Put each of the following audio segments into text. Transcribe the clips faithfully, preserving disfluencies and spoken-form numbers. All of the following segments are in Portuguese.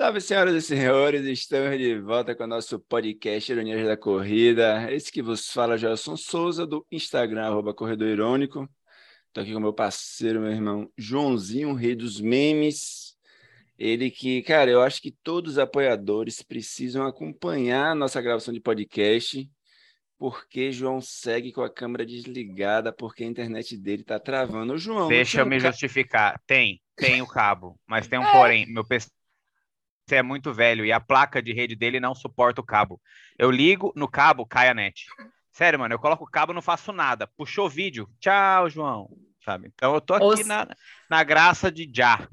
Salve, senhoras e senhores, estamos de volta com o nosso podcast Ironias da Corrida. Esse que vos fala, Gelson Souza, do Instagram, arroba Corredor Irônico. Estou aqui com meu parceiro, meu irmão Joãozinho, rei dos memes. Ele que, cara, eu acho que todos os apoiadores precisam acompanhar a nossa gravação de podcast, porque João segue com a câmera desligada, porque a internet dele está travando. Ô, João, não Deixa tinha eu um me ca... justificar. Tem, tem o cabo, mas tem um porém. Meu P C é muito velho e a placa de rede dele não suporta o cabo. Eu ligo, no cabo cai a net. Sério, mano, eu coloco o cabo e não faço nada. Puxou vídeo, tchau, João. Sabe? Então eu tô aqui Os... na, na graça de já.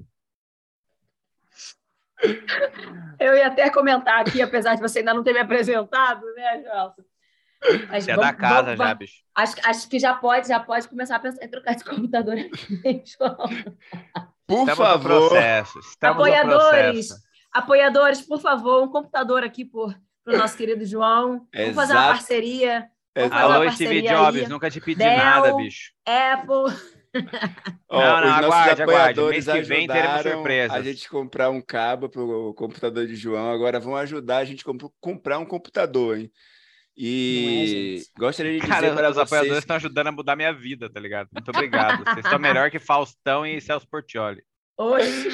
Eu ia até comentar aqui, apesar de você ainda não ter me apresentado, né, Gelson? Mas Você é vamos, da casa vamos, já, vamos. bicho. Acho, acho que já pode, já pode começar a pensar em trocar de computador aqui, hein, João? Por Estamos favor. no processo. Estamos Apoiadores, no processo. apoiadores, por favor, um computador aqui para o nosso querido João. Vamos fazer uma Exato. parceria. Vamos Exato. fazer uma Alô, Steve parceria Jobs, aí. nunca te pedi Dell, nada, bicho. Apple. Ó, Não, não, os nossos aguarde, aguarde. apoiadores Mês que vem teremos ajudaram a surpresas. gente comprar um cabo para o computador de João. Agora vão ajudar a gente a comp- comprar um computador, hein? Não é, E gente? gostaria de dizer Cara, para os apoiadores vocês... estão ajudando a mudar minha vida, tá ligado? Muito obrigado. Vocês estão melhor que Faustão e Celso Portiolli. Oxi.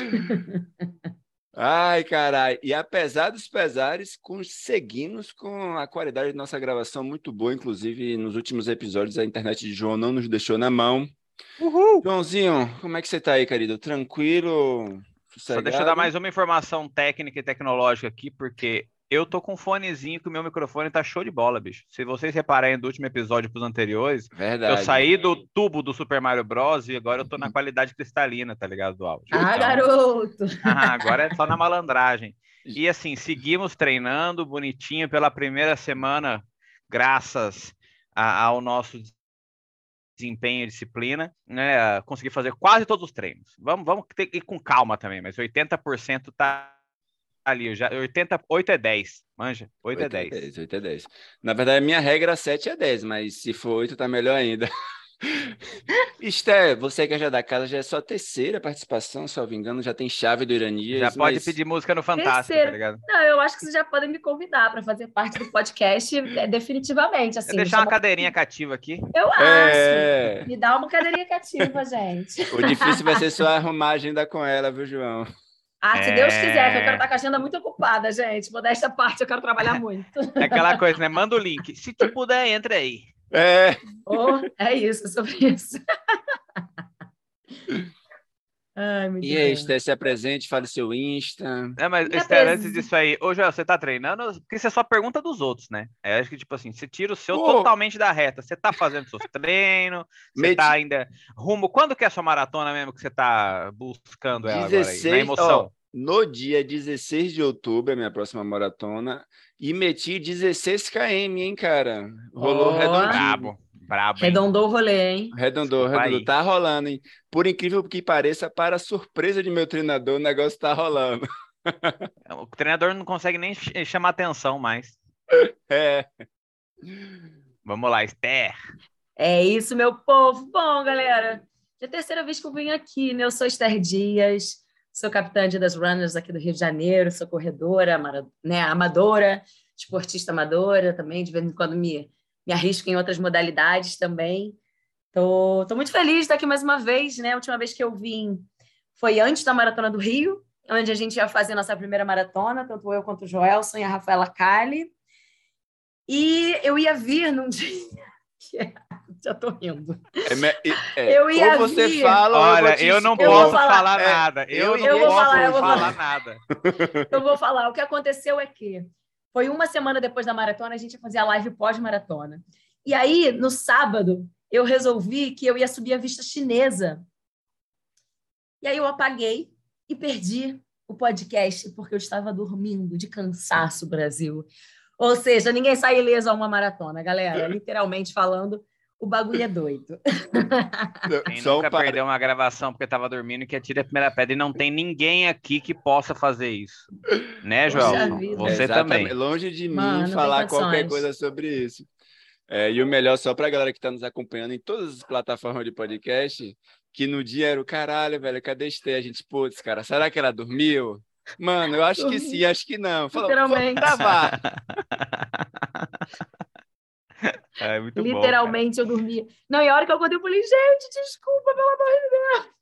Ai, caralho. E apesar dos pesares, conseguimos com a qualidade de nossa gravação muito boa. Inclusive, nos últimos episódios, a internet de João não nos deixou na mão. Uhul! Joãozinho, como é que você tá aí, querido? Tranquilo? Só deixa eu dar Sossegado? mais uma informação técnica e tecnológica aqui, porque eu tô com um fonezinho que o meu microfone tá show de bola, bicho. Se vocês repararem do último episódio pros anteriores, Verdade. eu saí do tubo do Super Mario Bros. E agora eu tô na qualidade cristalina, tá ligado, do áudio. Ah, Então, garoto! ah, agora é só na malandragem. E assim, seguimos treinando bonitinho pela primeira semana, graças a- ao nosso desempenho e disciplina, né? Consegui fazer quase todos os treinos. Vamos, vamos ter que ir com calma também, mas oitenta por cento tá ali, já oitenta, oito é dez, manja, oito é dez. dez, oito é dez. Na verdade, a minha regra sete é dez, mas se for oito, tá melhor ainda. Esté, você que é já da casa, já é sua terceira participação, se eu não me engano, já tem chave do Iranias. Já pode mas... pedir música no Fantástico, Terceiro. tá ligado? Não, eu acho que vocês já podem me convidar para fazer parte do podcast, é, definitivamente. Assim, Eu deixar chama... uma cadeirinha cativa aqui. Eu acho. É... Me dá uma cadeirinha cativa, gente. O difícil vai ser só arrumar a agenda com ela, viu, João? Ah, se É... Deus quiser, que eu quero estar com a agenda muito ocupada, gente. Modéstia à parte, eu quero trabalhar muito. É aquela coisa, né? Manda o link. Se tu puder, entra aí. É. Oh, é isso, é sobre isso. Ai, muito E aí, bom. Esté, se apresente, fale seu Insta. É, mas, Me Esther, apres- antes disso aí, ô, Joel, você tá treinando? Porque isso é só pergunta dos outros, né? É, acho que, tipo assim, você tira o seu Pô. totalmente da reta. Você tá fazendo seus treinos, você Medi- tá ainda rumo. Quando que é a sua maratona mesmo que você tá buscando ela agora aí? Na dezesseis, emoção. ó, no dia dezesseis de outubro, é a minha próxima maratona, e meti dezesseis quilômetros, hein, cara? Rolou Ó. redondinho. Brabo, brabo, hein? Redondou o rolê, hein? Redondou, Desculpa redondou. aí. Tá rolando, hein? Por incrível que pareça, para surpresa de meu treinador, o negócio tá rolando. O treinador não consegue nem ch- chamar atenção mais. É. Vamos lá, Esther. É isso, meu povo. Bom, galera, é a terceira vez que eu venho aqui, né? Eu sou Esther Dias, sou capitã de das Runners aqui do Rio de Janeiro, sou corredora, mara- né, amadora, esportista amadora também, de vez em quando me, me arrisco em outras modalidades também. Tô, tô muito feliz de estar aqui mais uma vez, né? A última vez que eu vim foi antes da Maratona do Rio, onde a gente ia fazer nossa primeira maratona, tanto eu quanto o Joelson e a Rafaela Cali. E eu ia vir num dia... Já tô rindo. É me- é, Eu ia ou você vir. fala, ou eu, vou Olha, te eu não eu vou posso falar. falar É, nada. Eu, eu não ia vou posso falar, eu vou falar falar. nada. Eu vou falar. O que aconteceu é que foi uma semana depois da maratona, a gente ia fazer a live pós-maratona. E aí, no sábado, eu resolvi que eu ia subir a vista chinesa. E aí eu apaguei e perdi o podcast porque eu estava dormindo de cansaço, Brasil. Ou seja, ninguém sai ileso a uma maratona, galera. Literalmente falando, o bagulho é doido. Quem Só um nunca par- perdeu uma gravação porque estava dormindo que atira a primeira pedra e não tem ninguém aqui que possa fazer isso. Né, Poxa Joelson? vida. Você Exatamente. também. Longe de mim Mano, não tem falar qualquer condições. coisa sobre isso. É, e o melhor, só para a galera que está nos acompanhando em todas as plataformas de podcast, que no dia era o caralho, velho, cadê Esther? A gente, putz, cara, será que ela dormiu? Mano, eu acho que sim, acho que não. Falou, vamos Literalmente. gravar. É muito bom, cara. Literalmente eu dormia. Não, e a hora que eu acordei, eu falei, gente, desculpa, pelo amor de Deus.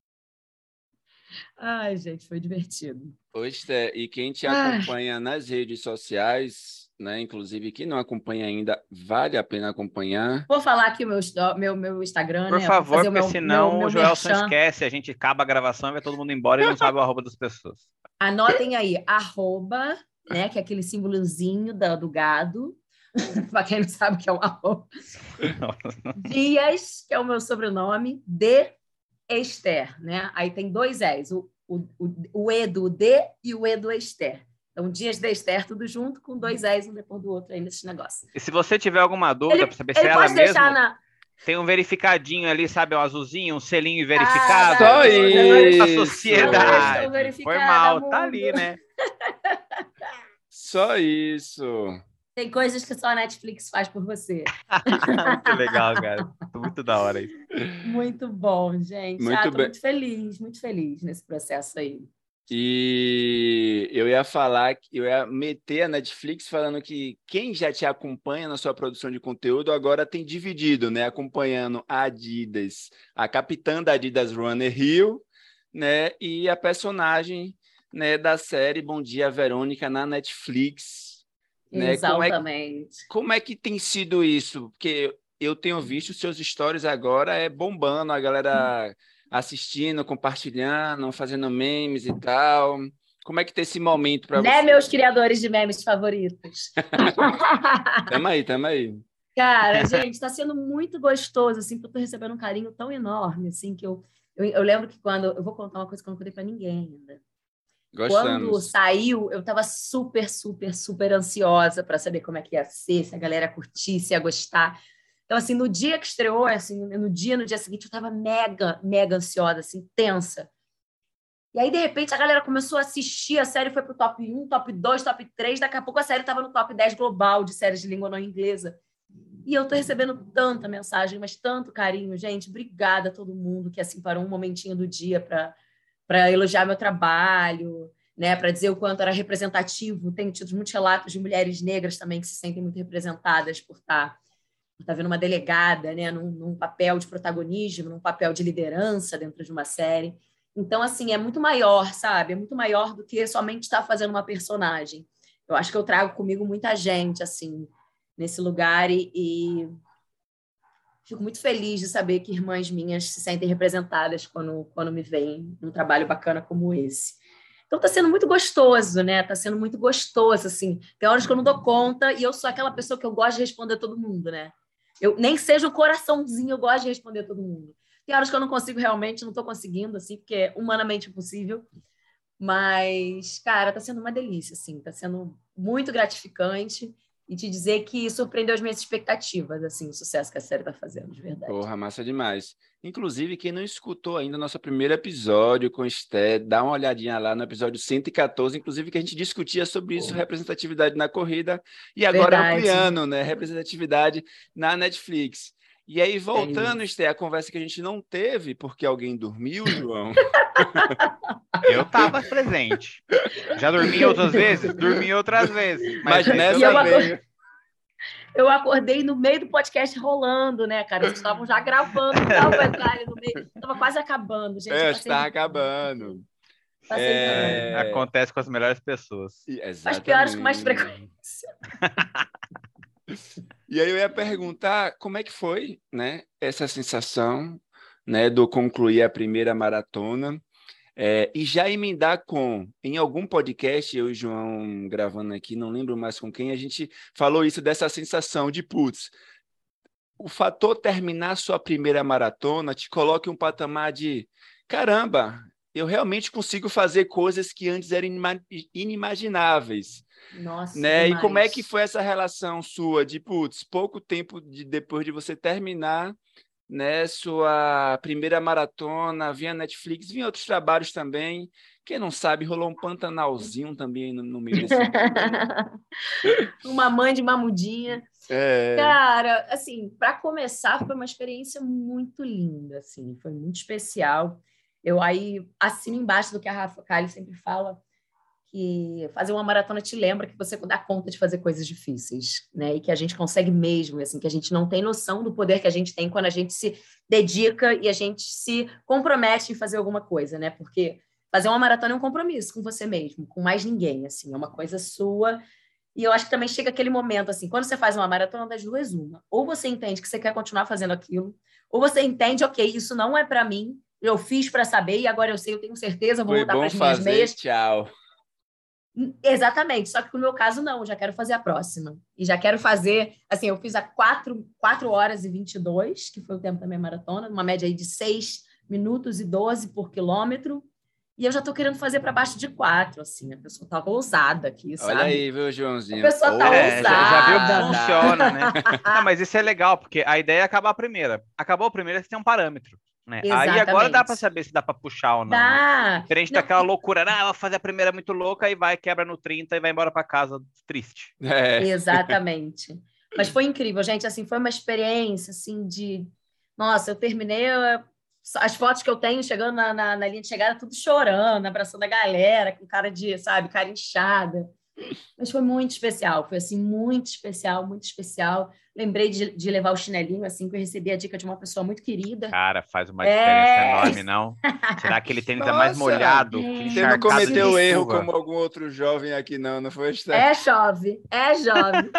Ai, gente, foi divertido. Pois é, e quem te Ai. acompanha nas redes sociais, né? Inclusive, quem não acompanha ainda, vale a pena acompanhar. Vou falar aqui o meu, meu, meu Instagram, Por né? favor, Fazer o porque meu, senão meu, meu o Joelson merchan. esquece, a gente acaba a gravação, vai todo mundo embora e não sabe o arroba das pessoas. Anotem aí, arroba, né? Que é aquele símbolozinho do, do gado. Para quem não sabe o que é um arroba. Dias, que é o meu sobrenome, de Esther, né? Aí tem dois S, o, o, o E do D e o E do Esther. Então, Dias de Esther, tudo junto, com dois S um depois do outro aí nesse negócio. E se você tiver alguma dúvida para saber se ele é ela pode mesmo, deixar na... tem um verificadinho ali, sabe? Um azulzinho, um selinho verificado. Só A isso. sociedade. Foi mal, tá ali, né? Só isso. Tem coisas que só a Netflix faz por você. Muito legal, cara. Muito da hora isso. Muito bom, gente. Muito ah, tô bem. muito feliz, muito feliz nesse processo aí. E eu ia falar, que eu ia meter a Netflix falando que quem já te acompanha na sua produção de conteúdo agora tem dividido, né? Acompanhando a Adidas, a capitã da Adidas Runner Hill, né? E a personagem, né, da série Bom Dia Verônica na Netflix. Né? Exatamente. Como é, como é que tem sido isso? Porque eu tenho visto seus stories agora é bombando, a galera assistindo, compartilhando, fazendo memes e tal. Como é que tem esse momento para Né, você? meus criadores de memes favoritos? Tamo aí, tamo aí. Cara, gente, está sendo muito gostoso, assim, porque eu tô recebendo um carinho tão enorme, assim, que eu, eu, eu lembro que quando... Eu vou contar uma coisa que eu não contei para ninguém ainda. Gostamos. Quando saiu, eu estava super, super, super ansiosa para saber como é que ia ser, se a galera ia curtir, se ia gostar. Então, assim, no dia que estreou, assim, no dia, no dia seguinte, eu estava mega, mega ansiosa, assim, tensa. E aí, de repente, a galera começou a assistir, a série foi pro top um, top dois, top três, daqui a pouco a série estava no top dez global de séries de língua não inglesa. E eu tô recebendo tanta mensagem, mas tanto carinho, gente. Obrigada a todo mundo que, assim, parou um momentinho do dia para para elogiar meu trabalho, né, para dizer o quanto era representativo. Tenho tido muitos relatos de mulheres negras também que se sentem muito representadas por estar, por estar vendo uma delegada, né, num, num papel de protagonismo, num papel de liderança dentro de uma série. Então, assim, é muito maior, sabe? É muito maior do que somente estar fazendo uma personagem. Eu acho que eu trago comigo muita gente, assim, nesse lugar e... e... fico muito feliz de saber que irmãs minhas se sentem representadas quando, quando me veem num trabalho bacana como esse. Então, está sendo muito gostoso, né? Está sendo muito gostoso, assim. Tem horas que eu não dou conta e eu sou aquela pessoa que eu gosto de responder a todo mundo, né? Eu, nem seja o coraçãozinho, eu gosto de responder a todo mundo. Tem horas que eu não consigo realmente, não estou conseguindo, assim, porque é humanamente impossível. Mas, cara, está sendo uma delícia, assim. Está sendo muito gratificante. E te dizer que surpreendeu as minhas expectativas, assim, o sucesso que a série está fazendo, de verdade. Porra, massa demais. Inclusive, quem não escutou ainda o nosso primeiro episódio com Esté, dá uma olhadinha lá no episódio cento e quatorze, inclusive que a gente discutia sobre isso, Porra. Representatividade na corrida, e agora Verdade. ampliando, né, representatividade na Netflix. E aí, voltando, É Esté, a conversa que a gente não teve, porque alguém dormiu, João. Eu estava presente. Já dormi outras vezes? Dormi outras vezes. Mas, Mas nessa eu vez... Eu acordei no meio do podcast rolando, né, cara? Vocês estavam já gravando, não dava pra entrar ali no meio. Estava quase acabando, gente. É, Eu estava passei acabando. Passei É... Acontece com as melhores pessoas. Exatamente. As piores com mais frequência. E aí eu ia perguntar como é que foi, né, essa sensação, né, do concluir a primeira maratona, é, e já emendar com, em algum podcast, eu e o João gravando aqui, não lembro mais com quem, a gente falou isso, dessa sensação de, putz, o fator terminar sua primeira maratona te coloca em um patamar de, caramba, eu realmente consigo fazer coisas que antes eram inimagináveis. Nossa, Né? demais. E como é que foi essa relação sua de, putz, pouco tempo de, depois de você terminar, né, sua primeira maratona, vinha Netflix, vinha outros trabalhos também, quem não sabe, rolou um Pantanalzinho também no, no meio desse... Uma mãe de mamudinha. É... Cara, assim, para começar, foi uma experiência muito linda, assim, foi muito especial. Eu aí assino embaixo do que a Rafa Kali sempre fala, que fazer uma maratona te lembra que você dá conta de fazer coisas difíceis, né? E que a gente consegue mesmo, assim, que a gente não tem noção do poder que a gente tem quando a gente se dedica e a gente se compromete em fazer alguma coisa, né? Porque fazer uma maratona é um compromisso com você mesmo, com mais ninguém, assim, é uma coisa sua. E eu acho que também chega aquele momento, assim, quando você faz uma maratona, das duas, uma. Ou você entende que você quer continuar fazendo aquilo, ou você entende, ok, isso não é para mim, eu fiz para saber e agora eu sei, eu tenho certeza, vou Foi voltar para bom as minhas fazer, meias. tchau. Exatamente, só que no meu caso não, eu já quero fazer a próxima. E já quero fazer, assim, eu fiz a quatro horas e vinte e dois, que foi o tempo da minha maratona, uma média aí de seis minutos e doze por quilômetro, e eu já estou querendo fazer para baixo de quatro, assim, a pessoa tá ousada aqui, sabe? Olha aí, viu, A Joãozinho? pessoa tá É, já, já viu que ousada. funciona, né? Não, mas isso é legal, porque a ideia é acabar a primeira. Acabou a primeira, você tem um parâmetro, né? Aí agora dá para Exatamente. saber se dá para puxar ou não, né? Dá. Diferente Não, daquela loucura, ah, vou fazer a primeira muito louca, aí vai, quebra no trinta e vai embora para casa triste. É. exatamente. Mas foi incrível, gente, assim, foi uma experiência, assim, de... Nossa, eu terminei... As fotos que eu tenho chegando na, na, na linha de chegada, tudo chorando, abraçando a galera, com cara de, sabe, cara inchada. Mas foi muito especial, foi, assim, muito especial, muito especial. Lembrei de, de levar o chinelinho, assim, que eu recebi a dica de uma pessoa muito querida. Cara, faz uma É... diferença enorme, não? Tirar aquele tênis é mais Nossa, molhado, é... aquele você não encharcado de cometeu erro chuva. como algum outro jovem aqui, não, não foi? É chove, é chove.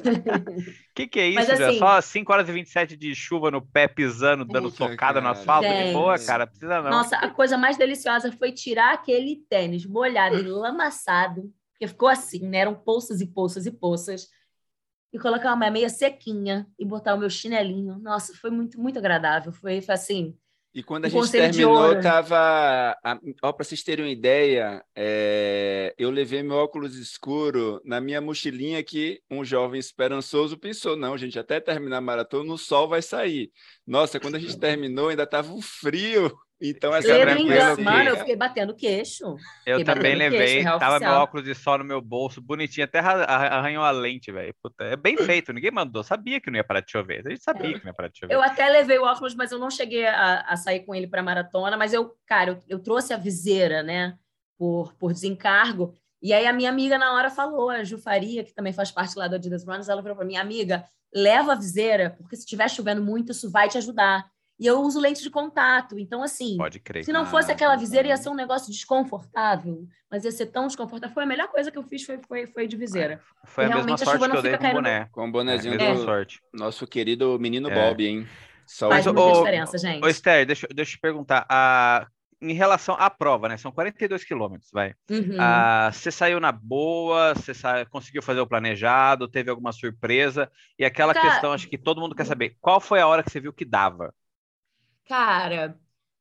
Que que é Mas, isso, já? assim, Só cinco horas e vinte e sete de chuva no pé, pisando, dando Puta, socada no cara. asfalto, de boa, gente, cara, precisa não. nossa, a coisa mais deliciosa foi tirar aquele tênis molhado e lamaçado, porque ficou assim, né? Eram poças e poças e poças, e colocar uma meia sequinha e botar o meu chinelinho. Nossa, foi muito, muito agradável. Foi, foi assim, E quando a um gente conselho de terminou, ouro. tava. Ó, para vocês terem uma ideia, é, eu levei meu óculos escuro na minha mochilinha que um jovem esperançoso pensou: não, gente, até terminar a maratona, o sol vai sair. Nossa, quando a gente terminou, ainda tava um frio. Então, essa Ledo tranquilo engano. lembrancinha. Mano, eu fiquei batendo queixo. Eu Fiquei também batendo queixo, levei, real tava meu oficial. óculos de sol no meu bolso, bonitinho, até arra- arra- arranhou a lente, velho. Puta, é bem feito, ninguém mandou, sabia que não ia parar de chover, a gente sabia que não ia parar de chover. Eu até levei o óculos, mas eu não cheguei a, a sair com ele para maratona. Mas eu, cara, eu, eu trouxe a viseira, né, por, por desencargo. E aí a minha amiga na hora falou, a Ju Faria, que também faz parte lá do Adidas Runners, ela falou para mim: amiga, leva a viseira, porque se estiver chovendo muito, isso vai te ajudar. E eu uso lente de contato, então assim, Pode crer. se não fosse Ah, aquela então viseira, ia tá. ser um negócio desconfortável, mas ia ser tão desconfortável. Foi a melhor coisa que eu fiz, foi, foi, foi de viseira. É, foi E a mesma realmente a sorte chuva que não eu dei fica com o caindo no... boné. Com o É, bonezinho mesma É. do sorte. nosso querido menino É. Bob, hein? Faz Saúde. muita Ô, diferença, gente. ô, Esther, deixa, deixa eu te perguntar. A, em relação à prova, né? São quarenta e dois quilômetros, vai. Uhum. Ah, você saiu na boa, você sa... conseguiu fazer o planejado, teve alguma surpresa? E aquela Cara, questão, acho que todo mundo quer saber, qual foi a hora que você viu que dava? cara,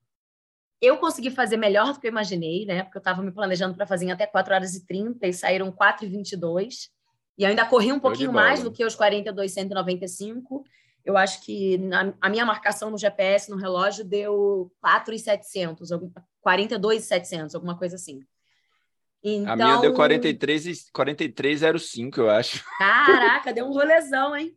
eu consegui fazer melhor do que eu imaginei, né? Porque eu estava me planejando para fazer em até quatro horas e trinta e saíram quatro e vinte e dois. E eu ainda corri um Show de pouquinho mais bola. do que os quarenta e dois, cento e noventa e cinco. Eu acho que na, a minha marcação no G P S, no relógio, deu quatro e setecentos, algum- quarenta e dois e setecentos, alguma coisa assim. A minha deu Então, quarenta e três e quarenta e três zero cinco, eu acho. caraca, deu um rolezão, hein?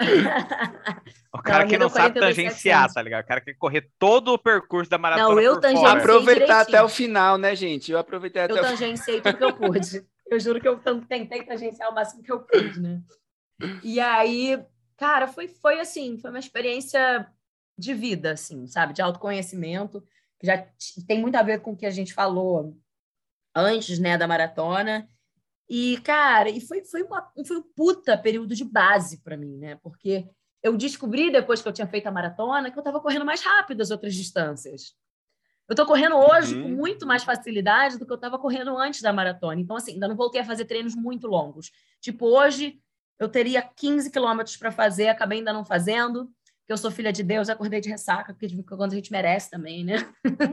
O Não, cara a que minha não deu sabe quarenta e dois mil e tangenciar, setecentos. tá ligado? O cara quer correr todo o percurso da Não, maratona eu por tangenciei fora. Aproveitar direitinho. até o final, né, gente? Eu aproveitei até Eu o final. tangenciei tudo que eu pude. Eu juro que eu tan- tentei tangenciar o máximo que eu pude, né? E aí, cara, foi, foi assim, foi uma experiência de vida, assim, sabe? De autoconhecimento, que já t- tem muito a ver com o que a gente falou antes, né, da maratona. E, cara, e foi, foi, uma, foi um puta período de base para mim, né? Porque eu descobri, depois que eu tinha feito a maratona, que eu estava correndo mais rápido as outras distâncias. Eu estou correndo hoje com Uhum. muito mais facilidade do que eu estava correndo antes da maratona. Então, assim, ainda não voltei a fazer treinos muito longos. Tipo, hoje eu teria quinze quilômetros para fazer, acabei ainda não fazendo, porque eu sou filha de Deus, acordei de ressaca, porque de vez em quando a gente merece também, né?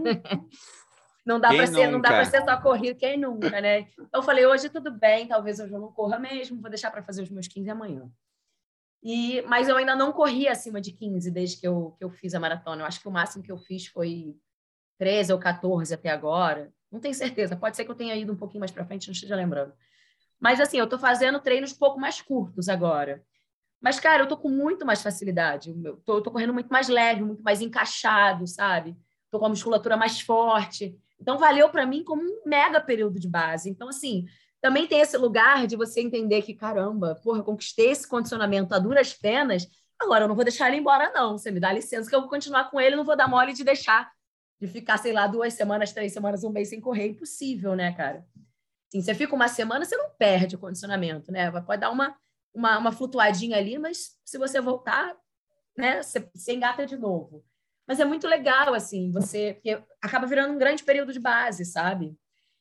Não dá Quem para ser, não dá para nunca? ser só corrida, quem nunca, né? Então, eu falei, hoje tudo bem, talvez hoje eu não corra mesmo, vou deixar para fazer os meus quinze amanhã. E, mas eu ainda não corri acima de quinze desde que eu, que eu fiz a maratona. Eu acho que o máximo que eu fiz foi treze ou quatorze até agora. Não tenho certeza, pode ser que eu tenha ido um pouquinho mais para frente, não esteja lembrando. Mas assim, eu estou fazendo treinos um pouco mais curtos agora. Mas, cara, eu estou com muito mais facilidade. Eu tô, eu tô correndo muito mais leve, muito mais encaixado, sabe? Estou com a musculatura mais forte. Então, valeu para mim como um mega período de base. Então, assim, também tem esse lugar de você entender que, caramba, porra, eu conquistei esse condicionamento a duras penas, agora eu não vou deixar ele embora, não. Você me dá licença que eu vou continuar com ele, não vou dar mole de deixar, de ficar, sei lá, duas semanas, três semanas, um mês sem correr. Impossível, né, cara? Assim, você fica uma semana, você não perde o condicionamento, né? Pode dar uma, uma, uma flutuadinha ali, mas se você voltar, né, você, você engata de novo. Mas é muito legal, assim, você... Porque acaba virando um grande período de base, sabe?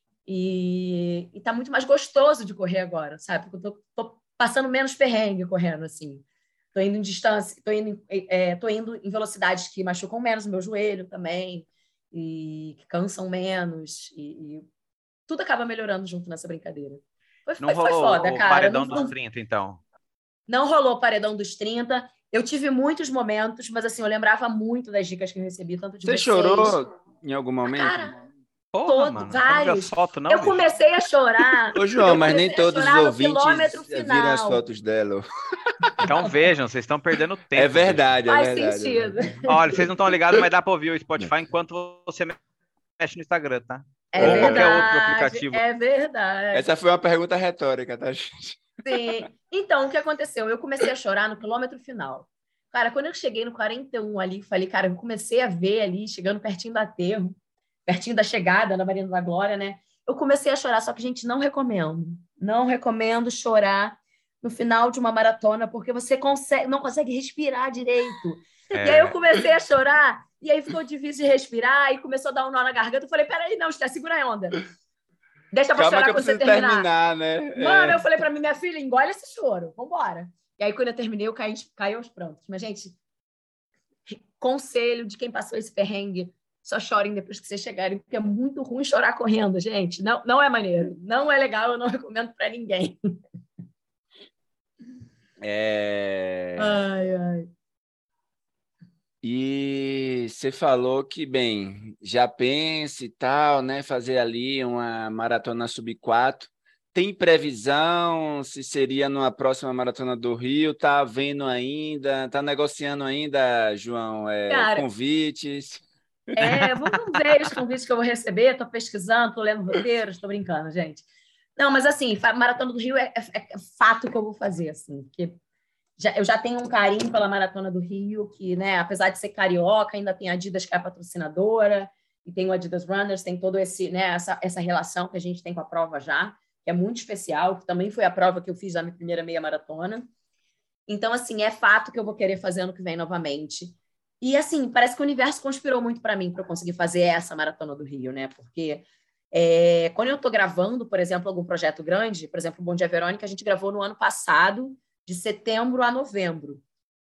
E, e tá muito mais gostoso de correr agora, sabe? Porque eu tô, tô passando menos perrengue correndo, assim. Tô indo em distância, tô indo, é, tô indo em velocidades que machucam menos o meu joelho também, e que cansam menos, e, e tudo acaba melhorando junto nessa brincadeira. Foi, Não foi, foi rolou foda, o cara. paredão Não, dos não, trinta, então? não rolou o paredão dos trinta. Eu tive muitos momentos, mas assim, eu lembrava muito das dicas que eu recebi, tanto de Você vocês. chorou em algum Ah, momento? cara, Porra, todo, mano. Você não viu as vários. fotos, não, Eu bicho? comecei a chorar. Ô, João, Eu mas nem comecei a todos os chorar no quilômetro ouvintes viram as final. fotos dela. Então vejam, vocês estão perdendo É tempo, bicho. verdade, é Faz verdade, é sentido. verdade. Olha, vocês não estão ligados, mas dá pra ouvir o Spotify enquanto você mexe no Instagram, tá? É Ou qualquer outro verdade, aplicativo. é verdade. Essa foi uma pergunta retórica, tá, gente? Sim. Então, o que aconteceu? Eu comecei a chorar no quilômetro final. Cara, quando eu cheguei no quarenta e um ali, falei, cara, eu comecei a ver ali, chegando pertinho do aterro, pertinho da chegada na Marina da Glória, né? Eu comecei a chorar, só que, gente, não recomendo. Não recomendo chorar no final de uma maratona, porque você consegue, não consegue respirar direito. E aí eu É, comecei a chorar, e aí ficou difícil de respirar, e começou a dar um nó na garganta. Eu falei, peraí, não, Esther, segura a onda. Deixa pra Calma que chorar eu quando você preciso terminar. terminar, né? Mano, eu É. falei pra mim, minha filha, engole esse choro, vambora. E aí, quando eu terminei, eu caí, caí aos prantos. Mas, gente, conselho de quem passou esse perrengue, só chorem depois que vocês chegarem, porque é muito ruim chorar correndo, gente. Não, não é maneiro, não é legal, eu não recomendo para ninguém. É... Ai, ai. E você falou que, bem, já pensa e tal, né? Fazer ali uma maratona sub quatro. Tem previsão se seria numa próxima maratona do Rio? Tá vendo ainda? Tá negociando ainda, João? É, Cara, convites? é, vamos, vamos ver os convites que eu vou receber. Estou pesquisando, estou lendo roteiros, estou brincando, gente. Não, mas assim, Maratona do Rio é, é, é fato que eu vou fazer, assim, porque já, eu já tenho um carinho pela Maratona do Rio, que, né, apesar de ser carioca, ainda tem a Adidas que é a patrocinadora, e tem o Adidas Runners, tem todo esse, né, essa, essa relação que a gente tem com a prova já, que é muito especial, que também foi a prova que eu fiz na minha primeira meia maratona. Então, assim, é fato que eu vou querer fazer ano que vem novamente. E, assim, parece que o universo conspirou muito para mim para eu conseguir fazer essa Maratona do Rio, né? Porque é, quando eu estou gravando, por exemplo, algum projeto grande, por exemplo, o Bom Dia Verônica, a gente gravou no ano passado, de setembro a novembro.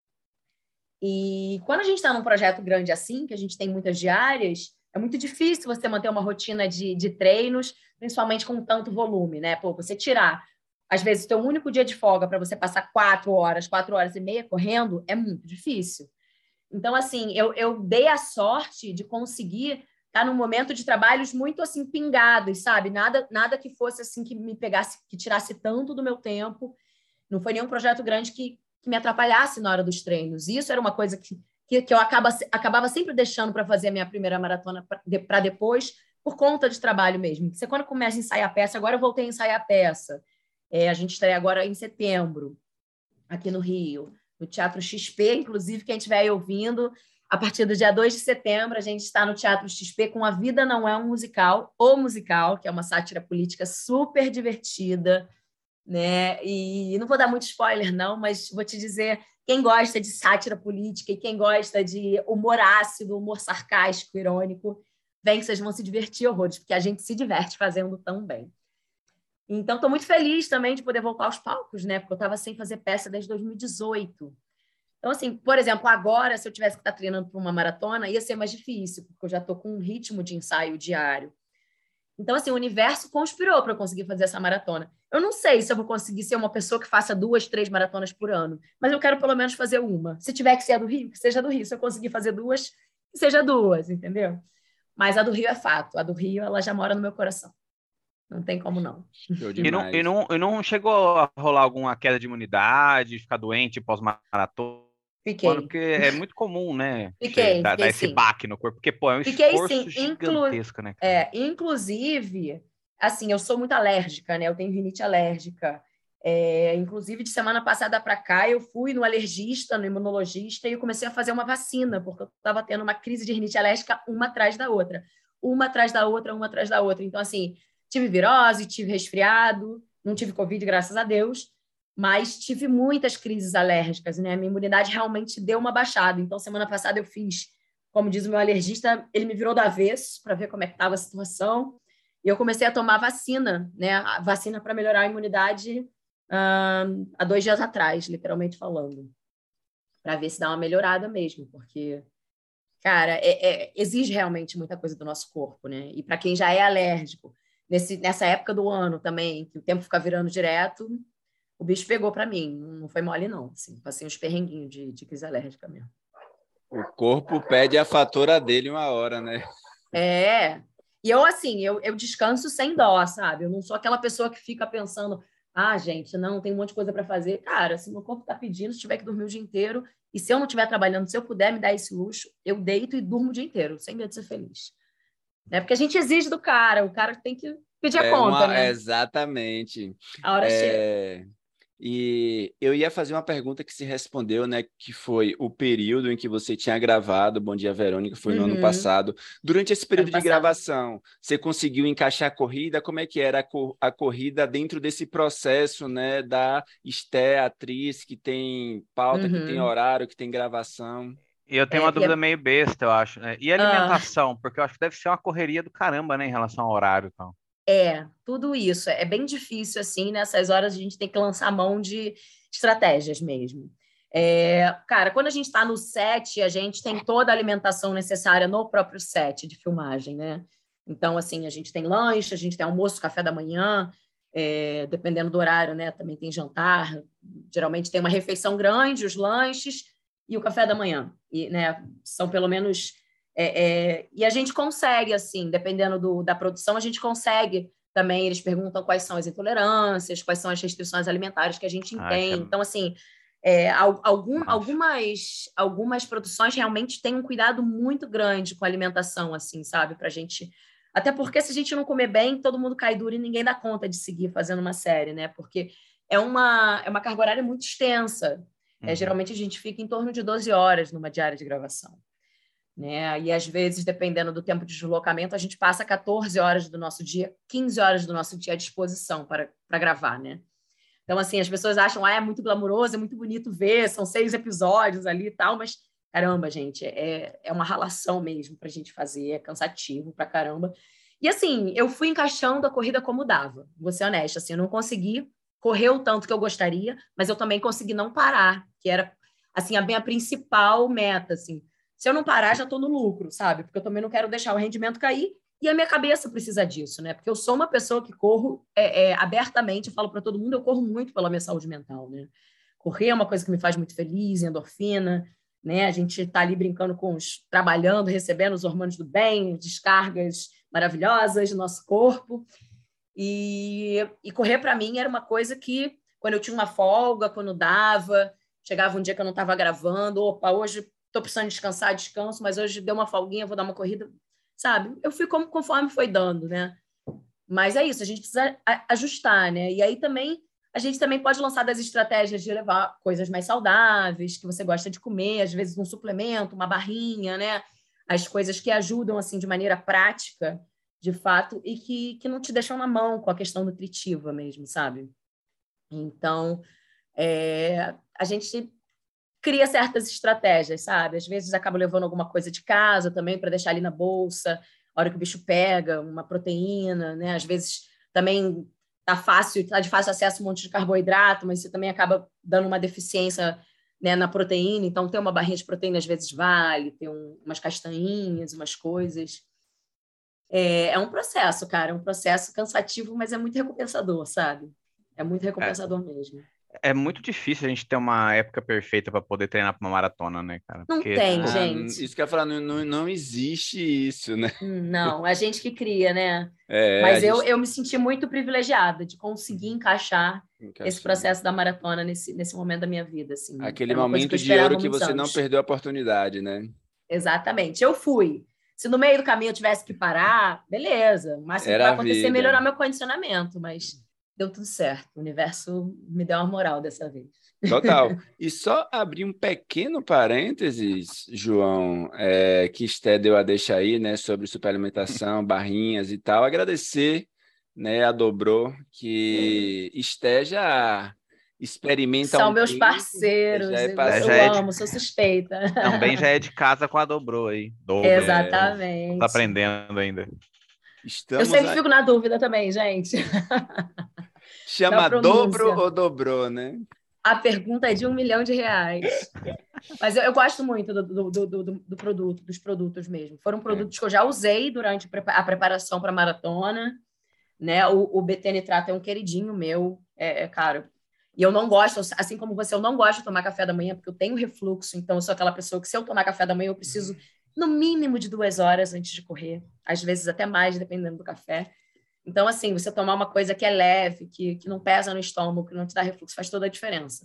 E quando a gente está num projeto grande assim, que a gente tem muitas diárias, é muito difícil você manter uma rotina de, de treinos, principalmente com tanto volume, né? Pô, você tirar, às vezes, o teu único dia de folga para você passar quatro horas, quatro horas e meia correndo, é muito difícil. Então, assim, eu, eu dei a sorte de conseguir estar num momento de trabalhos muito, assim, pingados, sabe? Nada, nada que fosse, assim, que me pegasse, que tirasse tanto do meu tempo. Não foi nenhum projeto grande que, que me atrapalhasse na hora dos treinos. Isso era uma coisa que, que, que eu acaba, acabava sempre deixando para fazer a minha primeira maratona para depois, por conta de trabalho mesmo. Você, quando começa a ensaiar a peça, agora eu voltei a ensaiar a peça. É, a gente estreia agora em setembro, aqui no Rio, no Teatro X P, inclusive, quem estiver aí ouvindo, a partir do dia dois de setembro, a gente está no Teatro X P com A Vida Não É um Musical, O Musical, que é uma sátira política super divertida, né? E não vou dar muito spoiler, não, mas vou te dizer, quem gosta de sátira política e quem gosta de humor ácido, humor sarcástico, irônico, vem que vocês vão se divertir horrores, porque a gente se diverte fazendo tão bem. Então, estou muito feliz também de poder voltar aos palcos, né? Porque eu estava sem fazer peça desde dois mil e dezoito. Então, assim, por exemplo, agora, se eu tivesse que estar treinando para uma maratona, ia ser mais difícil, porque eu já estou com um ritmo de ensaio diário. Então, assim, o universo conspirou para eu conseguir fazer essa maratona. Eu não sei se eu vou conseguir ser uma pessoa que faça duas, três maratonas por ano, mas eu quero pelo menos fazer uma. Se tiver que ser a do Rio, que seja do Rio. Se eu conseguir fazer duas, que seja duas, entendeu? Mas a do Rio é fato. A do Rio, ela já mora no meu coração. Não tem como não. Show E não, e, demais. não, e não chegou a rolar alguma queda de imunidade, ficar doente pós-maratona, Fiquei. Quando, porque é muito comum, né? Fiquei, Dar, fiquei dar esse sim. baque no corpo, porque, pô, é um Fiquei esforço sim, inclu... gigantesco, né, cara? é, inclusive, assim, eu sou muito alérgica, né? Eu tenho rinite alérgica. É, inclusive, de semana passada para cá, eu fui no alergista, no imunologista, e eu comecei a fazer uma vacina, porque eu estava tendo uma crise de rinite alérgica uma atrás da outra. Uma atrás da outra, uma atrás da outra. Então, assim, tive virose, tive resfriado, não tive Covid, graças a Deus, mas tive muitas crises alérgicas, né? A minha imunidade realmente deu uma baixada. Então, semana passada eu fiz, como diz o meu alergista, ele me virou do avesso para ver como é que estava a situação. E eu comecei a tomar vacina, né? A vacina para melhorar a imunidade uh, há dois dias atrás, literalmente falando, para ver se dá uma melhorada mesmo, porque, cara, é, é, exige realmente muita coisa do nosso corpo, né? E para quem já é alérgico, nesse, nessa época do ano também, que o tempo fica virando direto, o bicho pegou para mim, não foi mole não, assim, passei uns perrenguinhos de, de crise alérgica mesmo. O corpo pede a fatura dele uma hora, né? É, e eu assim, eu, eu descanso sem dó, sabe? Eu não sou aquela pessoa que fica pensando, ah, gente, não, tem um monte de coisa para fazer. Cara, se meu corpo tá pedindo, se tiver que dormir o dia inteiro, e se eu não estiver trabalhando, se eu puder me dar esse luxo, eu deito e durmo o dia inteiro, sem medo de ser feliz. Né? Porque a gente exige do cara, o cara tem que pedir a É conta, uma, né? exatamente. A hora chega. É, e eu ia fazer uma pergunta que se respondeu, né? Que foi o período em que você tinha gravado Bom Dia, Verônica, foi no ano Uhum. passado. Durante esse Ano período de passado. gravação, você conseguiu encaixar a corrida? Como é que era a, cor a corrida dentro desse processo, né? Da Esté, atriz, que tem pauta, que tem Uhum. horário, que tem gravação. E eu tenho É, uma e dúvida é, meio besta, eu acho, né? E a ah, alimentação? Porque eu acho que deve ser uma correria do caramba, né, em relação ao horário, então. é, tudo isso. É bem difícil, assim, nessas horas a gente tem que lançar mão de estratégias mesmo. É, cara, quando a gente está no set, a gente tem toda a alimentação necessária no próprio set de filmagem, né? Então, assim, a gente tem lanche, a gente tem almoço, café da manhã, é, dependendo do horário, né? Também tem jantar. Geralmente tem uma refeição grande, os lanches e o café da manhã. E, né, são pelo menos é, é, e a gente consegue, assim, dependendo do, da produção, a gente consegue também. Eles perguntam quais são as intolerâncias, quais são as restrições alimentares que a gente Ah, isso é tem. Então, assim, é, algum, massa. algumas, algumas produções realmente têm um cuidado muito grande com a alimentação, assim, sabe? Pra gente. Até porque se a gente não comer bem, todo mundo cai duro e ninguém dá conta de seguir fazendo uma série, né? Porque é uma, é uma carga horária muito extensa. É, Uhum. geralmente a gente fica em torno de doze horas numa diária de gravação. Né? E às vezes, dependendo do tempo de deslocamento, a gente passa quatorze horas do nosso dia, quinze horas do nosso dia à disposição para, para gravar, né? Então, assim, as pessoas acham, ah, é muito glamuroso, é muito bonito ver, são seis episódios ali e tal, mas caramba, gente, é, é uma ralação mesmo para a gente fazer, é cansativo pra caramba. E assim, eu fui encaixando a corrida como dava, vou ser honesta, assim, eu não consegui correr o tanto que eu gostaria, mas eu também consegui não parar, que era assim a minha principal meta, assim. Se eu não parar, já estou no lucro, sabe? Porque eu também não quero deixar o rendimento cair e a minha cabeça precisa disso, né? Porque eu sou uma pessoa que corro é, é, abertamente, eu falo para todo mundo, eu corro muito pela minha saúde mental, né? Correr é uma coisa que me faz muito feliz, endorfina, né? A gente está ali brincando com os, trabalhando, recebendo os hormônios do bem, descargas maravilhosas do nosso corpo. E, e correr para mim era uma coisa que, quando eu tinha uma folga, quando dava, chegava um dia que eu não estava gravando, opa, hoje estou precisando descansar, descanso, mas hoje deu uma folguinha, vou dar uma corrida, sabe? Eu fui como, conforme foi dando, né? Mas é isso, a gente precisa ajustar, né? E aí também a gente também pode lançar das estratégias de levar coisas mais saudáveis, que você gosta de comer, às vezes um suplemento, uma barrinha, né? As coisas que ajudam assim de maneira prática, de fato, e que, que não te deixam na mão com a questão nutritiva mesmo, sabe? Então, é, a gente cria certas estratégias, sabe? Às vezes acaba levando alguma coisa de casa também para deixar ali na bolsa, a hora que o bicho pega, uma proteína, né? Às vezes também tá fácil, tá de fácil acesso um monte de carboidrato, mas você também acaba dando uma deficiência, né, na proteína, então ter uma barrinha de proteína às vezes vale, ter um, umas castanhinhas, umas coisas. É, é um processo, cara, é um processo cansativo, mas é muito recompensador, sabe? É muito É, recompensador mesmo. É muito difícil a gente ter uma época perfeita para poder treinar para uma maratona, né, cara? Não Porque, tem, pô, Ah, gente. isso que eu ia falar, não, não, não existe isso, né? Hum, Não, a gente que cria, né? É, a Mas eu, gente eu me senti muito privilegiada de conseguir encaixar esse encaixa. processo da maratona nesse, nesse momento da minha vida, assim. Aquele Era uma coisa que eu momento de esperava ouro há que muitos você não anos. perdeu a oportunidade, né? Exatamente. Eu fui. Se no meio do caminho eu tivesse que parar, beleza. O máximo que vai Era a acontecer é vida. melhorar meu condicionamento, mas deu tudo certo. O universo me deu uma moral dessa vez. Total. E só abrir um pequeno parênteses, João, é, que Esté deu a deixa aí, né, sobre suplementação, barrinhas e tal. Agradecer, né, a Dobrô, que Esté já experimenta há São um meus tempo, já parceiros, é eu, é, já eu é parceiro. de, amo, sou suspeita. também já é de casa com a Dobrô aí. Dobro, estamos, estamos Exatamente. aprendendo ainda. Eu Estamos sempre a... fico na dúvida também, gente, da Chama Dobro pronúncia. ou Dobrô, né? A pergunta é de um milhão de reais. Mas eu, eu gosto muito do, do, do, do, do produto, dos produtos mesmo. Foram É. produtos que eu já usei durante a preparação para a maratona, né? O, o B T Nitrato é um queridinho meu, é, é caro. E eu não gosto, assim como você, eu não gosto de tomar café da manhã, porque eu tenho refluxo, então eu sou aquela pessoa que se eu tomar café da manhã, eu preciso no mínimo de duas horas antes de correr, às vezes até mais, dependendo do café. Então, assim, você tomar uma coisa que é leve, que, que não pesa no estômago, que não te dá refluxo, faz toda a diferença.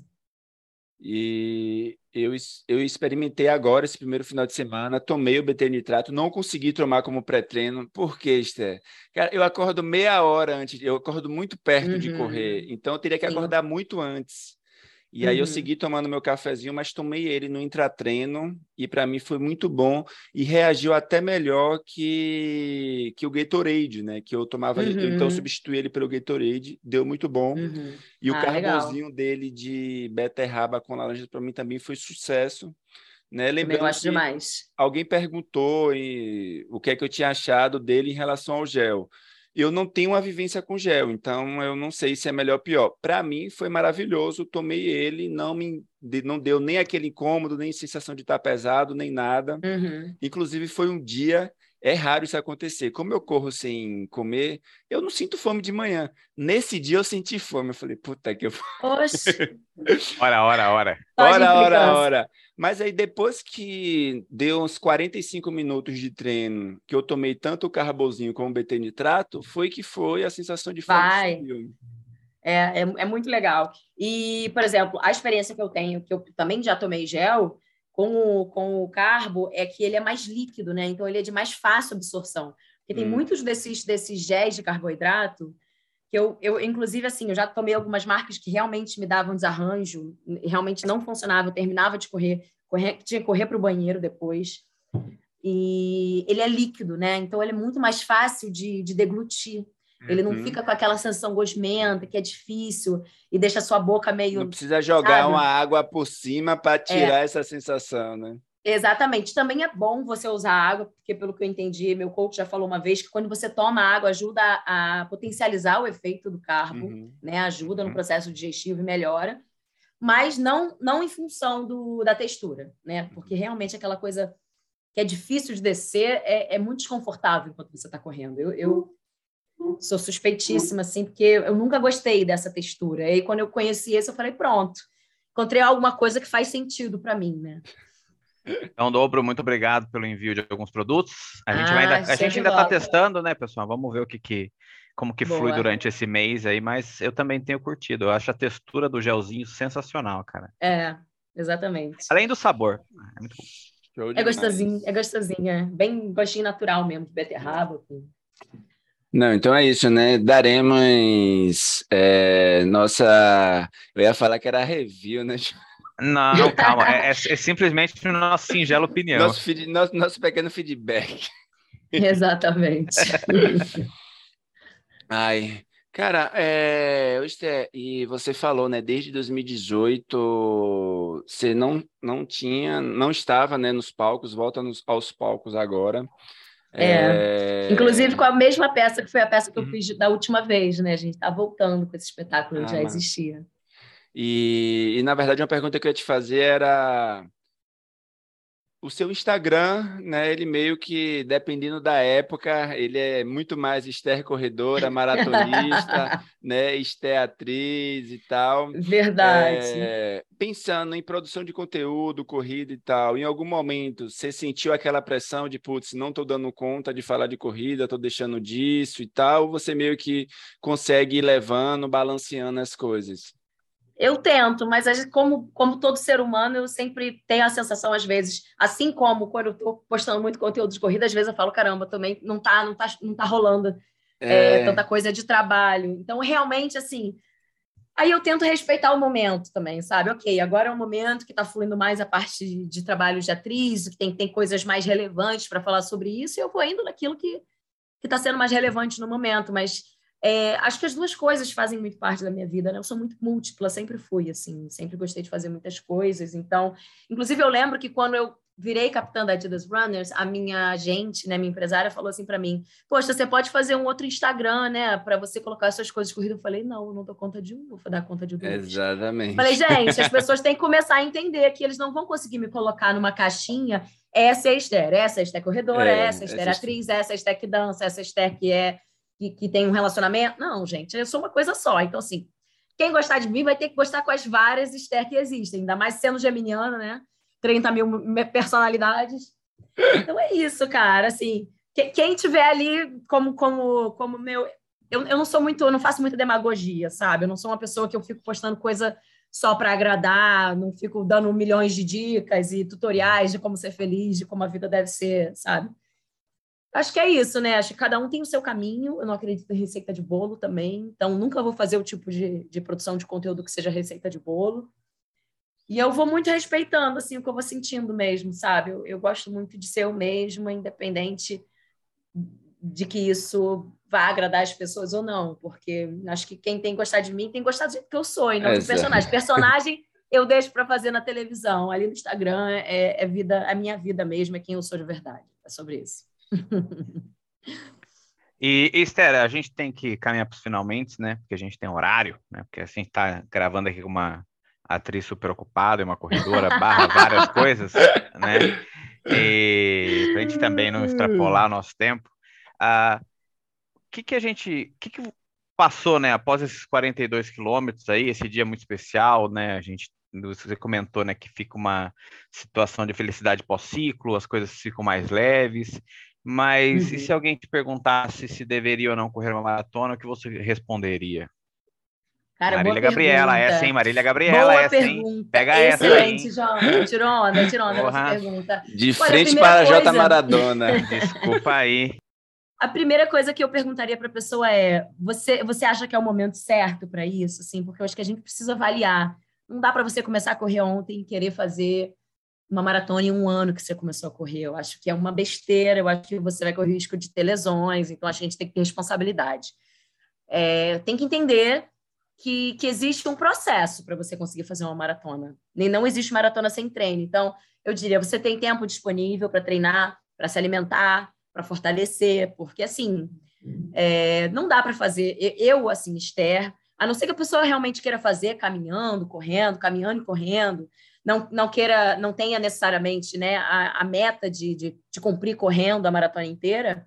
E eu, es- eu experimentei agora, esse primeiro final de semana, tomei o B T nitrato, não consegui tomar como pré-treino. Por quê, Esther? Cara, eu acordo meia hora antes, eu acordo muito perto de correr, Uhum, então eu teria que sim. acordar muito antes. E aí eu Uhum, segui tomando meu cafezinho, mas tomei ele no intratreino e para mim foi muito bom e reagiu até melhor que, que o Gatorade, né? Que eu tomava, eu então uhum, substituí ele pelo Gatorade, deu muito bom. uhum. E o Ah, legal. carbozinho dele de beterraba com laranja para mim também foi sucesso, né? Também Lembrando gosto que demais. alguém perguntou e, o que é que eu tinha achado dele em relação ao gel. Eu não tenho uma vivência com gel, então eu não sei se é melhor ou pior. Para mim foi maravilhoso, tomei ele, não me de- não deu nem aquele incômodo, nem sensação de estar pesado, nem nada. Uhum. Inclusive, foi um dia, é raro isso acontecer. Como eu corro sem comer, eu não sinto fome de manhã. Nesse dia eu senti fome. Eu falei, puta que eu. Oxe, Ora, ora, ora. só de Ora, ora, implicância. ora. Mas aí depois que deu uns quarenta e cinco minutos de treino, que eu tomei tanto o carbozinho como o B T nitrato, foi que foi a sensação de fome Vai. sumiu. É, é, é muito legal. E, por exemplo, a experiência que eu tenho, que eu também já tomei gel, com o, com o carbo, é que ele é mais líquido, né? Então, ele é de mais fácil absorção. Porque tem Hum, muitos desses, desses géis de carboidrato que eu, eu, inclusive, assim, eu já tomei algumas marcas que realmente me davam desarranjo, realmente não funcionava, eu terminava de correr, correr tinha que correr para o banheiro depois. E ele é líquido, né? Então ele é muito mais fácil de, de deglutir. Ele não uhum. fica com aquela sensação gosmenta, que é difícil, e deixa a sua boca Não meio, precisa jogar uma sabe? água por cima para É, tirar essa sensação, né? exatamente. Também é bom você usar água, porque, pelo que eu entendi, meu coach já falou uma vez que quando você toma água, ajuda a, a potencializar o efeito do carbo, Uhum. né? Ajuda no Uhum. processo digestivo e melhora, mas não, não em função do, da textura, né? Porque realmente aquela coisa que é difícil de descer é, é muito desconfortável enquanto você está correndo. Eu, eu sou suspeitíssima, assim, porque eu nunca gostei dessa textura. E aí, quando eu conheci esse, eu falei, pronto, encontrei alguma coisa que faz sentido para mim, né? Então, Dobro, muito obrigado pelo envio de alguns produtos. A gente vai ainda, Ah, a show gente de ainda está bola. testando, né, pessoal? Vamos ver o que, que como que flui Boa. durante esse mês aí, mas eu também tenho curtido. Eu acho a textura do gelzinho sensacional, cara. É, exatamente. Além do sabor. É muito bom. Show É gostosinho, demais. é gostosinho, é bem gostinho natural mesmo, de beterraba. Com... Não, então é isso, né? Daremos é, nossa. Eu ia falar que era review, né? Não, calma. É, é- é simplesmente a nossa singela opinião. Nosso, feed- nosso, nosso pequeno feedback. Exatamente. Ai, cara, é, Esther, e você falou, né? Desde dois mil e dezoito, você não, não tinha, não estava, né, nos palcos, volta nos- aos palcos agora. É. Inclusive É... com a mesma peça que foi a peça que eu Uhum. fiz da última vez, né? A gente está voltando com esse espetáculo, ele Ah, já massa. existia. E, e, na verdade, uma pergunta que eu ia te fazer era o seu Instagram, né, ele meio que, dependendo da época, ele é muito mais Esther corredora, maratonista, né, Esther atriz e tal. Verdade. É, pensando em produção de conteúdo, corrida e tal, em algum momento você sentiu aquela pressão de, putz, não estou dando conta de falar de corrida, estou deixando disso e tal, ou você meio que consegue ir levando, balanceando as coisas? Eu tento, mas a gente, como, como todo ser humano, eu sempre tenho a sensação, às vezes, assim como quando eu estou postando muito conteúdo de corrida, às vezes eu falo, caramba, também não tá, não tá, não tá rolando é, tanta É, coisa de trabalho. Então, realmente, assim, aí eu tento respeitar o momento também, sabe? Ok, agora é um momento que está fluindo mais a parte de, de trabalho de atriz, que tem, tem coisas mais relevantes para falar sobre isso, e eu vou indo naquilo que que está sendo mais relevante no momento, mas é, acho que as duas coisas fazem muito parte da minha vida, né? Eu sou muito múltipla, sempre fui, assim, sempre gostei de fazer muitas coisas, então, inclusive eu lembro que quando eu virei capitã da Adidas Runners, a minha agente, né, minha empresária, falou assim para mim, poxa, você pode fazer um outro Instagram, né, para você colocar as suas coisas de corrida. Eu falei, não, eu não dou conta de um, vou dar conta de dois. Falei, exatamente. gente, as pessoas têm que começar a entender que eles não vão conseguir me colocar numa caixinha. Essa é a Esther, essa é a Esther corredora, essa é a É, Esther essa... atriz, essa é a Esther que dança, essa é a Esther que, é, que, que tem um relacionamento. Não, gente, eu sou uma coisa só. Então, assim, quem gostar de mim vai ter que gostar com as várias Esther que existem, ainda mais sendo geminiana, né? trinta mil personalidades. Então é isso, cara. Assim, quem tiver ali como, como, como meu. Eu, eu não sou muito, eu não faço muita demagogia, sabe? Eu não sou uma pessoa que eu fico postando coisa só para agradar, não fico dando milhões de dicas e tutoriais de como ser feliz, de como a vida deve ser, sabe? Acho que é isso, né? Acho que cada um tem o seu caminho. Eu não acredito em receita de bolo também, então nunca vou fazer o tipo de, de produção de conteúdo que seja receita de bolo. E eu vou muito respeitando assim o que eu vou sentindo mesmo, sabe? Eu, eu gosto muito de ser eu mesma, independente de que isso vá agradar as pessoas ou não, porque acho que quem tem que gostar de mim tem que gostar do jeito que eu sou e não do Essa... personagem. Personagem eu deixo para fazer na televisão, ali no Instagram é, é vida, a minha vida mesmo, é quem eu sou de verdade. É sobre isso. E, Esther, a gente tem que caminhar para os finalmente, né? Porque a gente tem horário, né? Porque a gente está gravando aqui com uma atriz super ocupada, uma corredora, barra várias coisas, né? E para a gente também não extrapolar o nosso tempo. Ah, o que que a gente, o que que passou, né? Após esses quarenta e dois quilômetros aí, esse dia muito especial, né? A gente, você comentou, né, que fica uma situação de felicidade pós-ciclo, as coisas ficam mais leves. Mas Uhum. e se alguém te perguntasse se deveria ou não correr uma maratona, o que você responderia? Cara, boa Marília Gabriela, essa, hein? pergunta. Marília Gabriela, Boa essa, hein? pergunta. Pega essa aí, Excelente, hein? João. Tirou onda, tirou onda nessa Porra, pergunta. De Olha, a frente primeira para a J coisa, Maradona. desculpa aí. a primeira coisa que eu perguntaria para a pessoa é: você, você acha que é o momento certo para isso? Assim, porque eu acho que a gente precisa avaliar. Não dá para você começar a correr ontem e querer fazer uma maratona em um ano que você começou a correr. Eu acho que é uma besteira, eu acho que você vai correr o risco de ter lesões, então acho que a gente tem que ter responsabilidade. É, tem que entender que, que existe um processo para você conseguir fazer uma maratona. Nem não existe maratona sem treino. Então, eu diria, você tem tempo disponível para treinar, para se alimentar, para fortalecer, porque assim, é, não dá para fazer. Eu, assim, Esther, a não ser que a pessoa realmente queira fazer caminhando, correndo, caminhando e correndo, não, não queira, não tenha necessariamente, né, a, a meta de, de, de cumprir correndo a maratona inteira,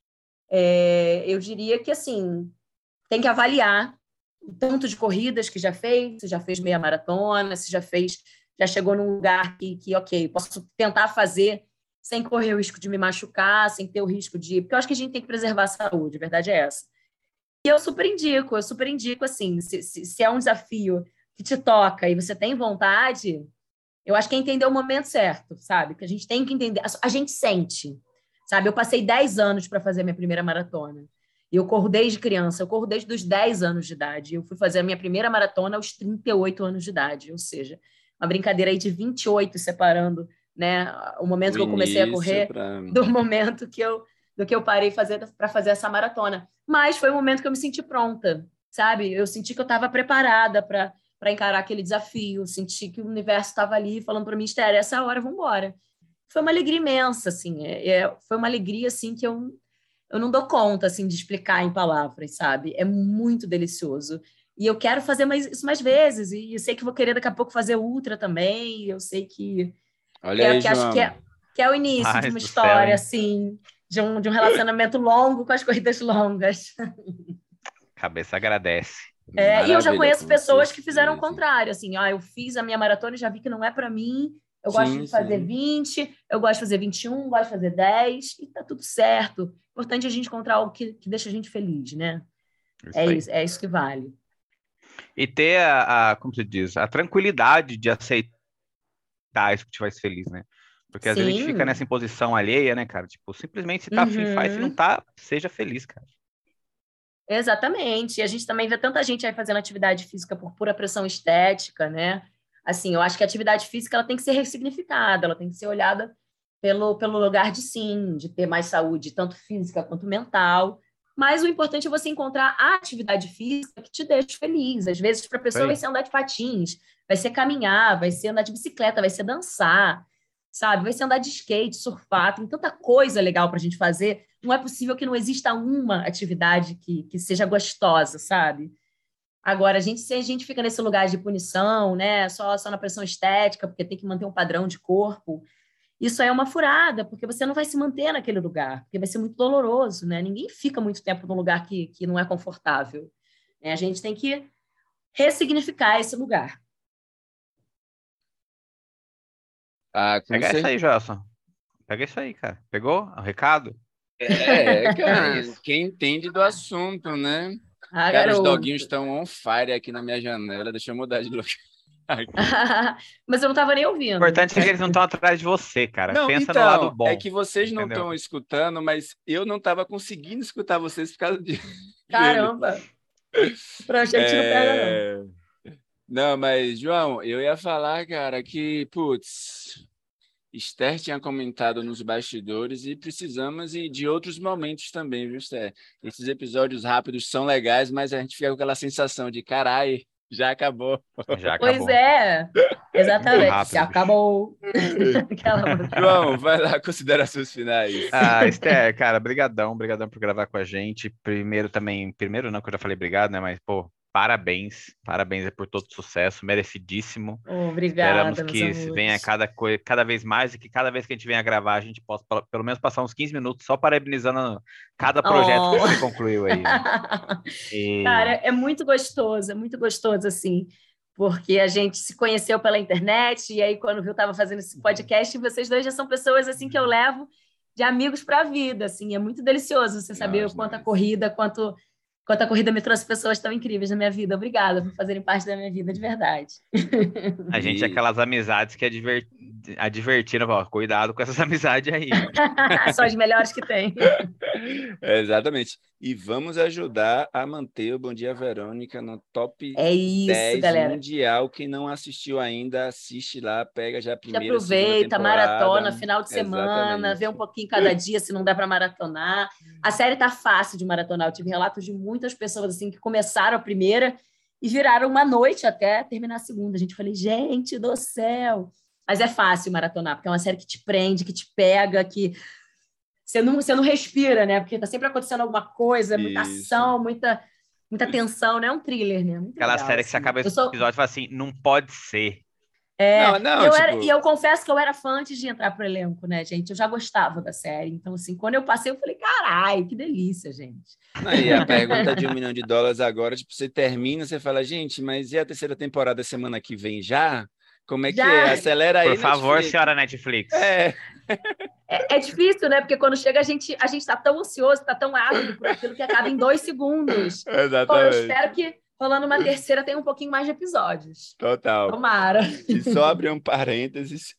é, eu diria que assim tem que avaliar o tanto de corridas que já fez, se já fez meia maratona, se já fez, já chegou num lugar que, que ok, posso tentar fazer sem correr o risco de me machucar, sem ter o risco de... Porque eu acho que a gente tem que preservar a saúde, a verdade é essa. E eu super indico, eu super indico, assim, se, se, se é um desafio que te toca e você tem vontade, eu acho que é entender o momento certo, sabe? Que a gente tem que entender, a gente sente, sabe? Eu passei dez anos para fazer a minha primeira maratona. E eu corro desde criança, eu corro desde os dez anos de idade. Eu fui fazer a minha primeira maratona aos trinta e oito anos de idade, ou seja, uma brincadeira aí de vinte e oito separando, né, o momento O que eu comecei a início correr pra... do momento que eu do que eu parei fazer para fazer essa maratona. Mas foi o momento que eu me senti pronta, sabe? Eu senti que eu estava preparada para para encarar aquele desafio, senti que o universo estava ali falando para mim, Esther, essa é a hora, vamos embora. Foi uma alegria imensa, assim, é, é, foi uma alegria assim que eu eu não dou conta assim de explicar em palavras, sabe? É muito delicioso. E eu quero fazer mais, isso mais vezes, e eu sei que vou querer daqui a pouco fazer ultra também, eu sei que Olha é aí, que acho que João. é que é o início Paz de uma do história, céu, assim, de um, de um relacionamento longo com as corridas longas. cabeça agradece. É, e eu já Maravilha, conheço com pessoas que fizeram o certeza. contrário, assim, ó, eu fiz a minha maratona e já vi que não é para mim, eu gosto Sim, de fazer sim. vinte, eu gosto de fazer vinte e um, gosto de fazer dez, e tá tudo certo. Importante a gente encontrar algo que, que deixa a gente feliz, né? É Isso aí. isso, é isso que vale. E ter a, a, como se diz, a tranquilidade de aceitar isso que te faz feliz, né? Porque às vezes a gente fica Sim. nessa imposição alheia, né, cara? Tipo, simplesmente se tá afim, faz. Se não Uhum. tá, seja feliz, cara. Exatamente. E a gente também vê tanta gente aí fazendo atividade física por pura pressão estética, né? Assim, eu acho que a atividade física ela tem que ser ressignificada, ela tem que ser olhada pelo, pelo lugar de sim, de ter mais saúde, tanto física quanto mental. Mas o importante é você encontrar a atividade física que te deixe feliz. Às vezes, para a Isso pessoa, vai aí. ser andar de patins, vai ser caminhar, vai ser andar de bicicleta, vai ser dançar, sabe? Vai ser andar de skate, surfar. Tem tanta coisa legal para a gente fazer. Não é possível que não exista uma atividade que, que seja gostosa, sabe? Agora, a gente, se a gente fica nesse lugar de punição, né? Só, só na pressão estética, porque tem que manter um padrão de corpo, isso aí é uma furada, porque você não vai se manter naquele lugar, porque vai ser muito doloroso, né? Ninguém fica muito tempo num lugar que, que não é confortável. Né? A gente tem que ressignificar esse lugar. Ah, com Pega isso certeza. aí, Joelson. Pega isso aí, cara. Pegou o recado? É, É cara, isso. quem entende do assunto, né? Ah, Cara, os doguinhos garoto. estão on fire aqui na minha janela. Deixa eu mudar de lugar aqui. Mas eu não estava nem O ouvindo. importante é que eles não estão atrás de você, cara. Não, Pensa no lado então, é bom, que vocês não entendeu? estão escutando, mas eu não estava conseguindo escutar vocês por causa de- dele. Caramba, pra gente não pega, não. É... Não, mas, João, eu ia falar, cara, que, putz, Esther tinha comentado nos bastidores e precisamos e de outros momentos também, viu, Esther? Esses episódios rápidos são legais, mas a gente fica com aquela sensação de, carai, já acabou. Já Pois acabou. é, Muito exatamente. Se rápido, bicho. acabou. Aquela música. João, vai lá, considerações finais. Ah, Esther, cara, brigadão, brigadão por gravar com a gente. Primeiro também, primeiro não, que eu já falei obrigado, né? Mas, pô, parabéns, parabéns aí por todo o sucesso, merecidíssimo. Esperamos Obrigada, meus que se venha amores. cada coisa, cada vez mais e que cada vez que a gente venha gravar, a gente possa pelo pelo menos passar uns quinze minutos só parabenizando cada projeto que Oh. você concluiu aí, né? Cara, E é muito gostoso, é muito gostoso, assim, porque a gente se conheceu pela internet, e aí, quando viu, estava fazendo esse podcast, e vocês dois já são pessoas, assim, que eu levo de amigos para a vida, assim, é muito delicioso você saber o Nós, quanto a nós. corrida, quanto, quanto a corrida me trouxe pessoas tão incríveis na minha vida. Obrigada por fazerem parte da minha vida de verdade. a gente é E aquelas amizades que adver... advertiram, ó, cuidado com essas amizades aí. São as melhores que tem. É, exatamente. E vamos ajudar a manter o Bom Dia Verônica no top É isso, dez galera. mundial. Quem não assistiu ainda, assiste lá, pega já a Já primeira, segunda aproveita, temporada. maratona, final de semana, vê um Exatamente. pouquinho cada dia, se não dá para maratonar. A série tá fácil de maratonar. Eu tive relatos de muitas pessoas assim que começaram a primeira e viraram uma noite até terminar a segunda. A gente falei, gente do céu. Mas é fácil maratonar, porque é uma série que te prende, que te pega, que você não, você não respira, né? Porque tá sempre acontecendo alguma coisa, muita Isso. ação, muita, muita tensão, né? É um thriller, né? Muito Aquela legal, série que você assim. acaba Eu esse sou... episódio e fala assim, não pode ser. É, Não, e não, eu, era, e tipo, eu confesso que eu era fã antes de entrar pro elenco, né, gente? Eu já gostava da série. Então, assim, quando eu passei, eu falei, carai, que delícia, gente. aí a pergunta de um milhão de dólares agora, tipo, você termina, você fala, gente, mas e a terceira temporada semana que vem já? Como é que é? Já Acelera Por aí, favor, Netflix. senhora Netflix. É, é, é difícil, né? Porque quando chega, a gente, a gente tá tão ansioso, tá tão ávido por aquilo que acaba em dois segundos. Bom, eu espero exatamente. que rolando uma terceira tenha um pouquinho mais de episódios. Total. Tomara. E só abrir um parênteses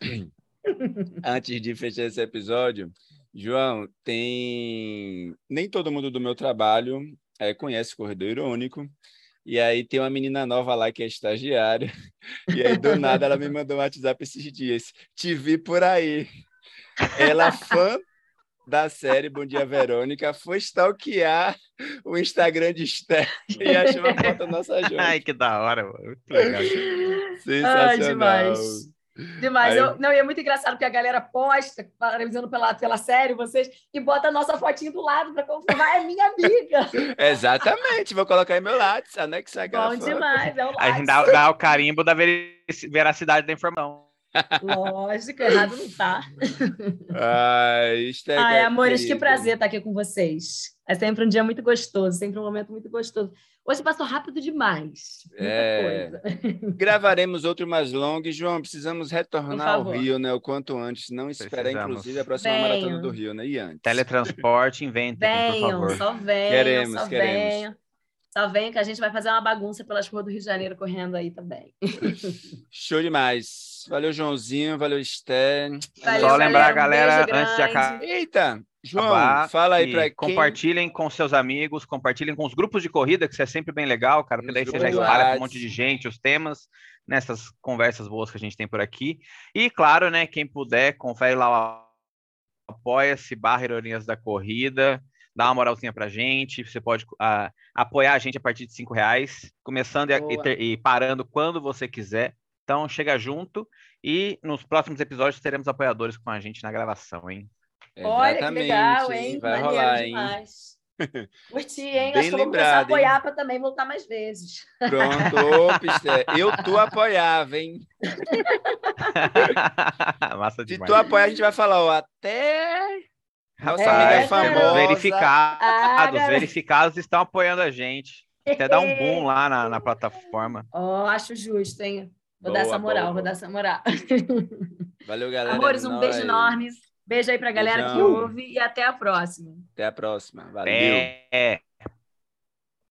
antes de fechar esse episódio. João, tem... Nem todo mundo do meu trabalho é, conhece o Corredor Irônico. E aí tem uma menina nova lá que é estagiária. E aí, do nada, ela me mandou um WhatsApp esses dias. Te vi por aí. Ela, fã da série Bom Dia Verônica, foi stalkear o Instagram de Esther e achou uma foto nossa junto. Ai, que da hora, mano. Muito legal. Ai, Sensacional. demais. Demais. Aí, Eu, não, e é muito engraçado que a galera posta, parabenizando pela, pela série, vocês, e bota a nossa fotinho do lado para confirmar, é minha amiga. exatamente, vou colocar aí meu lápis, anexar aquela Bom foto. demais, é o A gente Lattes. dá, dá o carimbo da veri- veracidade da informação. Lógico, errado não tá. Ai, Esther, Ai, amores, que querida. prazer estar aqui com vocês. É sempre um dia muito gostoso, sempre um momento muito gostoso. Hoje passou rápido demais. Muita É. coisa. Gravaremos outro mais longo. João, precisamos Por retornar ao favor. Rio, né? O quanto antes. Não esperar, Precisamos. inclusive, a próxima maratona do Venham, Rio, né? E antes. Teletransporte, inventem, por venham, favor. só venham, Queremos, só queremos. venham. Só venham que a gente vai fazer uma bagunça pelas ruas do Rio de Janeiro correndo aí também. Show demais. Valeu, Joãozinho. Valeu, Esther. Valeu, Só lembrar a galera, um galera, beijo antes de acabar, grande. Eita, João, que fala aí para quem... compartilhem com seus amigos, compartilhem com os grupos de corrida, que isso é sempre bem legal, cara, porque Nos daí você já grupos espalha do para um monte de gente os temas, nessas conversas boas que a gente tem por aqui. E, claro, né, quem puder, confere lá o apoia-se, barra Ironias da Corrida, dá uma moralzinha pra gente, você pode uh, apoiar a gente a partir de cinco reais, começando e, ter, e parando quando você quiser. Então, chega junto e nos próximos episódios teremos apoiadores com a gente na gravação, hein? Olha que legal, Exatamente, hein? vai Maneiro rolar, demais. hein? Curti, hein? Bem Acho que eu vou começar a lembrado, hein? apoiar para também voltar mais vezes. Pronto, opa, Esther, eu tu apoiava, hein? Massa Se demais. tu apoiar, a gente vai falar, ó, até nossa É, amiga caramba. famosa. Verificados, Ah, galera. verificados estão apoiando a gente. Até dar um boom lá na, na plataforma. Ó, acho justo, hein? Vou dar Boa, essa moral, boa, vou boa. dar essa moral. Valeu, galera. Amores, é um beijo nóis. enorme. Beijo aí pra galera que Beijão. ouve e até a próxima. Até a próxima. Valeu. É.